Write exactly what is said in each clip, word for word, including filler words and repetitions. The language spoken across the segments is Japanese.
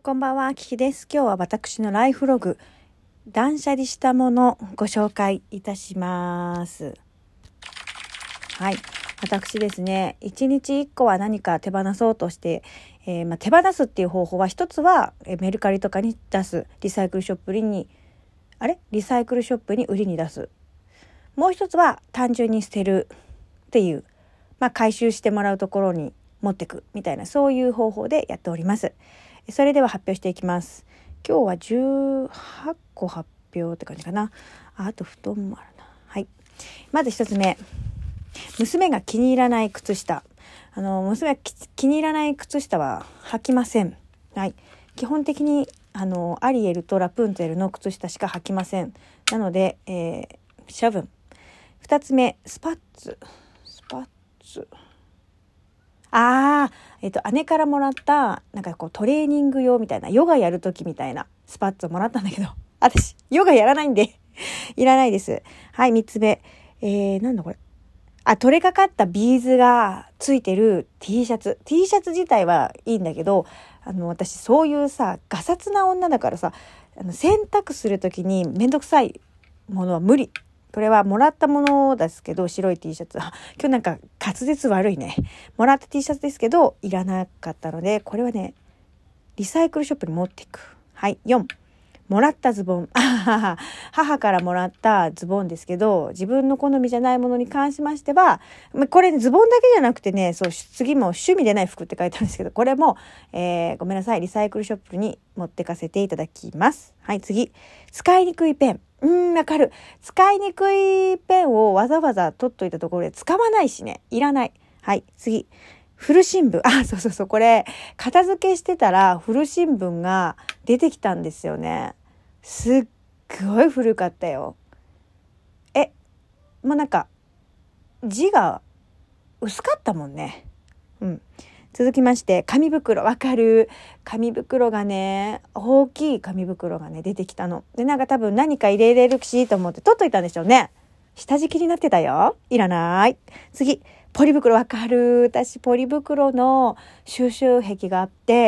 こんばんは、キキです。今日は私のライフログ、断捨離したものをご紹介いたします。はい。私ですね、一日一個は何か手放そうとして、えーまあ、手放すっていう方法は、一つはメルカリとかに出す、リサイクルショップに、あれリサイクルショップに売りに出す。もう一つは単純に捨てるっていう、まあ、回収してもらうところに持ってくみたいな、そういう方法でやっております。それでは発表していきます。今日はじゅうはっこ発表って感じかな。あ、あと布団もあるな。はい。まず一つ目。娘が気に入らない靴下。あの、娘が気に入らない靴下は履きません。はい。基本的に、あの、アリエルとラプンツェルの靴下しか履きません。なので、えー、処分。二つ目、スパッツ。スパッツ。ああ、えっと、姉からもらった、なんかこうトレーニング用みたいな、ヨガやるときみたいなスパッツをもらったんだけど、私、ヨガやらないんで、いらないです。はい、三つ目。えー、なんだこれ。あ、取れかかったビーズがついてる T シャツ。T シャツ自体はいいんだけど、あの、私、そういうさ、ガサツな女だからさ、あの洗濯するときにめんどくさいものは無理。これはもらったものですけど、白い T シャツ。あ、今日なんか滑舌悪いね。もらった T シャツですけど、いらなかったので、これはね、リサイクルショップに持っていく。はい。よん、もらったズボン。母からもらったズボンですけど、自分の好みじゃないものに関しましては、これ、ね、ズボンだけじゃなくてね、そう、次も趣味でない服って書いてあるんですけど、これも、えー、ごめんなさい、リサイクルショップに持ってかせていただきます。はい、次。使いにくいペン。うーん、わかる。使いにくいペンをわざわざ取っといたところで使わないしね。いらない。はい、次。古新聞。あ、そうそうそう。これ、片付けしてたら古新聞が出てきたんですよね。すっごい古かったよ。え、もうなんか、字が薄かったもんね。うん。続きまして、紙袋。わかる。紙袋がね、大きい紙袋がね、出てきたの。で、なんか多分何か入れれるしと思って取っといたんでしょうね。下敷きになってたよ。いらない。次。ポリ袋。わかる。私、ポリ袋の収集癖があって、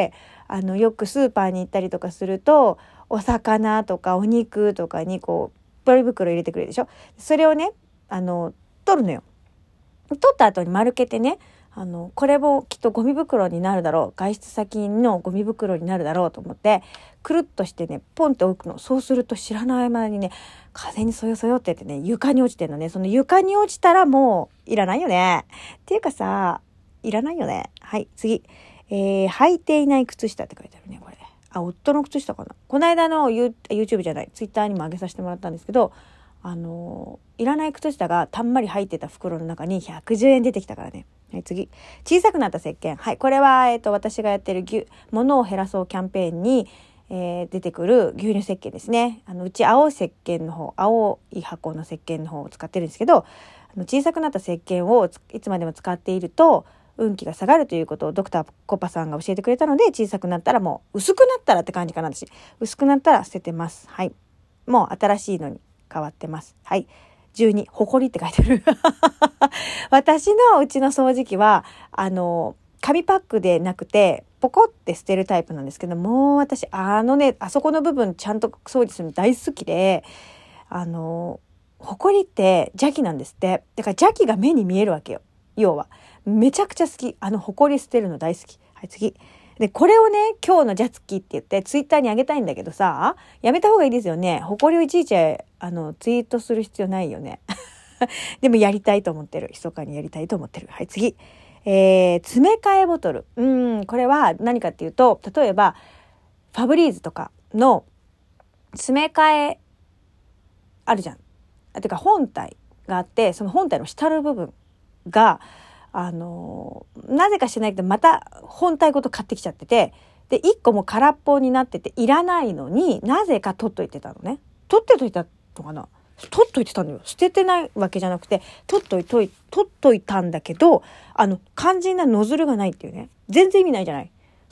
あの、よくスーパーに行ったりとかすると、お魚とかお肉とかにこう、ポリ袋入れてくれるでしょ。それをね、あの、取るのよ。取った後に丸けてね、あの、これもきっとゴミ袋になるだろう。外出先のゴミ袋になるだろうと思って、くるっとしてね、ポンって置くの。そうすると知らない間にね、風にそよそよってってね、床に落ちてんのね。その床に落ちたらもういらないよね。っていうかさ、いらないよね。はい、次。えー、履いていない靴下って書いてあるね、これ。あ、夫の靴下かな。この間の YouTube じゃない、Twitter にも上げさせてもらったんですけど、あのー、いらない靴下がたんまり入ってた袋の中にひゃくじゅうえん出てきたからね。はい、次。小さくなった石鹸。はい、これは、えっと、私がやってる牛、物を減らそうキャンペーンに、えー、出てくる牛乳石鹸ですね。あの、うち青い石鹸の方、青い箱の石鹸の方を使ってるんですけど、あの小さくなった石鹸をいつまでも使っていると、運気が下がるということをドクターコパさんが教えてくれたので、小さくなったらもう、薄くなったらって感じかな、私。薄くなったら捨ててます。はい。もう新しいのに変わってます。はい。じゅうに、ほこりって書いてある。私のうちの掃除機は、あの、紙パックでなくて、ポコって捨てるタイプなんですけど、もう私、あのね、あそこの部分ちゃんと掃除するの大好きで、あの、ほこりって邪気なんですって。だから邪気が目に見えるわけよ。要は。めちゃくちゃ好き。あの、ほこり捨てるの大好き。はい、次。で、これをね、今日のジャツキって言って、ツイッターにあげたいんだけどさ、やめた方がいいですよね。ほこりをいちいち、あの、ツイートする必要ないよね。でもやりたいと思ってる。密かにやりたいと思ってる。はい、次。えー、詰め替えボトル。うん、これは何かっていうと、例えば、ファブリーズとかの詰め替え、あるじゃん。あ、てか本体があって、その本体の下の部分が、あのー、なぜかしないけどまた本体ごと買ってきちゃってて、でいっこも空っぽになってていらないのになぜか取っといてたのね。取ってといたのかな、取っといてたのよ。捨ててないわけじゃなくて取っといとい取っといたんだけど、あの肝心なノズルがないっていうね。全然意味ないじゃない。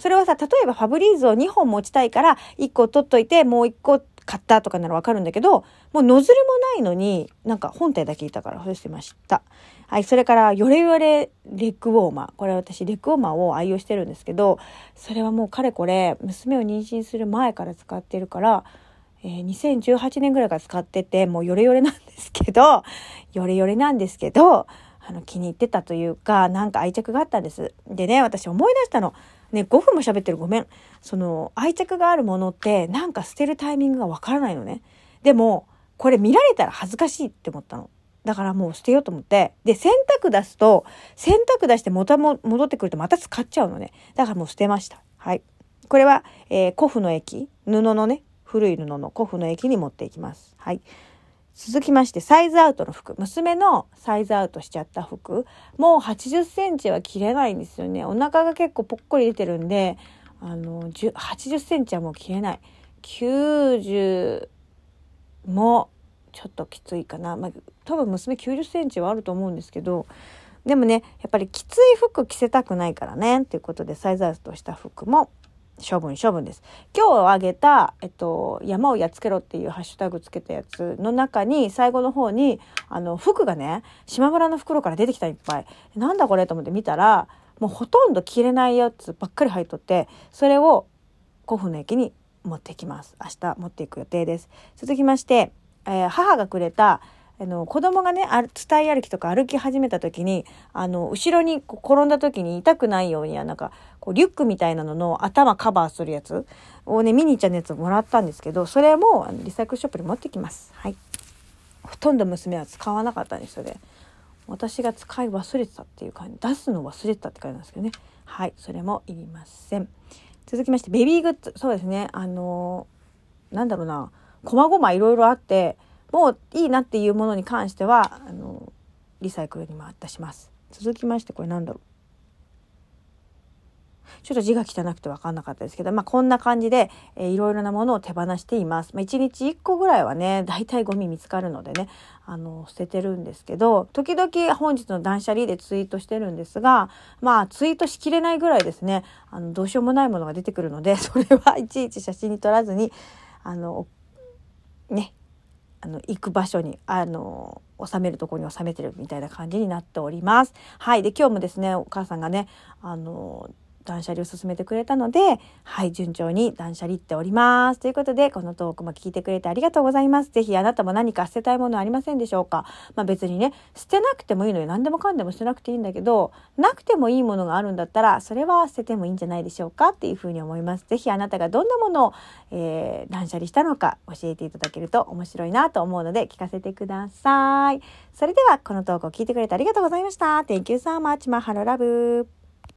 それはさ、例えばファブリーズをにほん持ちたいからいっこ取っといてもういっこ買ったとかならわかるんだけど、もうノズルもないのになんか本体だけいたからそうしてました。はい、それからヨレヨレレッグウォーマー。これは私レッグウォーマーを愛用してるんですけど、それはもうかれこれ娘を妊娠する前から使ってるから、えー、にせんじゅうはちねんぐらいから使ってて、もうヨレヨレなんですけど、ヨレヨレなんですけど、あの気に入ってたというか、なんか愛着があったんです。でね、私思い出したの。ね、ごふんも喋ってる、ごめん。その愛着があるものってなんか捨てるタイミングがわからないのね。でもこれ見られたら恥ずかしいって思ったの。だからもう捨てようと思って、で洗濯出すと洗濯出してまたも戻ってくるとまた使っちゃうのね。だからもう捨てました。はい。これは、えー、古布の駅、布のね、古い布の古布の駅に持っていきます。はい。続きましてサイズアウトの服、娘のサイズアウトしちゃった服、もうはちじゅっセンチは着れないんですよね。お腹が結構ぽっこり出てるんで、あのはちじゅっセンチはもう着れない。きゅうじゅうもちょっときついかな。まあ、多分娘きゅうじゅっセンチはあると思うんですけど、でもねやっぱりきつい服着せたくないからねということで、サイズアウトした服も処分処分です。今日あげた、えっと、山をやっつけろっていうハッシュタグつけたやつの中に最後の方にあの服がね島村の袋から出てきた、いっぱい。なんだこれと思って見たら、もうほとんど着れないやつばっかり入っとって、それを古墳の駅に持ってきます。明日持っていく予定です。続きまして、えー、母がくれたあの子供がね伝い歩きとか歩き始めた時にあの後ろにこう転んだ時に痛くないようになんかこうリュックみたいなのの頭カバーするやつをねミニーちゃんのやつをもらったんですけど、それもリサイクルショップに持ってきます。はい。ほとんど娘は使わなかったんですよね。私が使い忘れてたっていう感じ、出すの忘れてたって感じなんですけどね。はい、それもいりません。続きましてベビーグッズ、そうですね、あのなんだろうな、こまごまいろいろあってもういいなっていうものに関してはあのリサイクルに回ったします。続きましてこれなんだろう、ちょっと字が汚くて分かんなかったですけど、まあ、こんな感じで、えー、いろいろなものを手放しています。まあ、いちにちいっこぐらいはねだいたいゴミ見つかるのでねあの捨ててるんですけど、時々本日の断捨離でツイートしてるんですが、まあツイートしきれないぐらいですね、あのどうしようもないものが出てくるので、それはいちいち写真に撮らずにあのねあの行く場所にあの収めるところに収めてるみたいな感じになっております。はい。で今日もですねお母さんがねあの断捨離を進めてくれたので、はい、順調に断捨離っております。ということで、このトークも聞いてくれてありがとうございます。ぜひあなたも何か捨てたいものありませんでしょうか？まあ別にね、捨てなくてもいいのよ。何でもかんでも捨てなくていいんだけど、なくてもいいものがあるんだったら、それは捨ててもいいんじゃないでしょうかっていうふうに思います。ぜひあなたがどんなものを、えー、断捨離したのか教えていただけると面白いなと思うので聞かせてください。それではこのトークを聞いてくれてありがとうございました。Thank you so much. マハロラブ。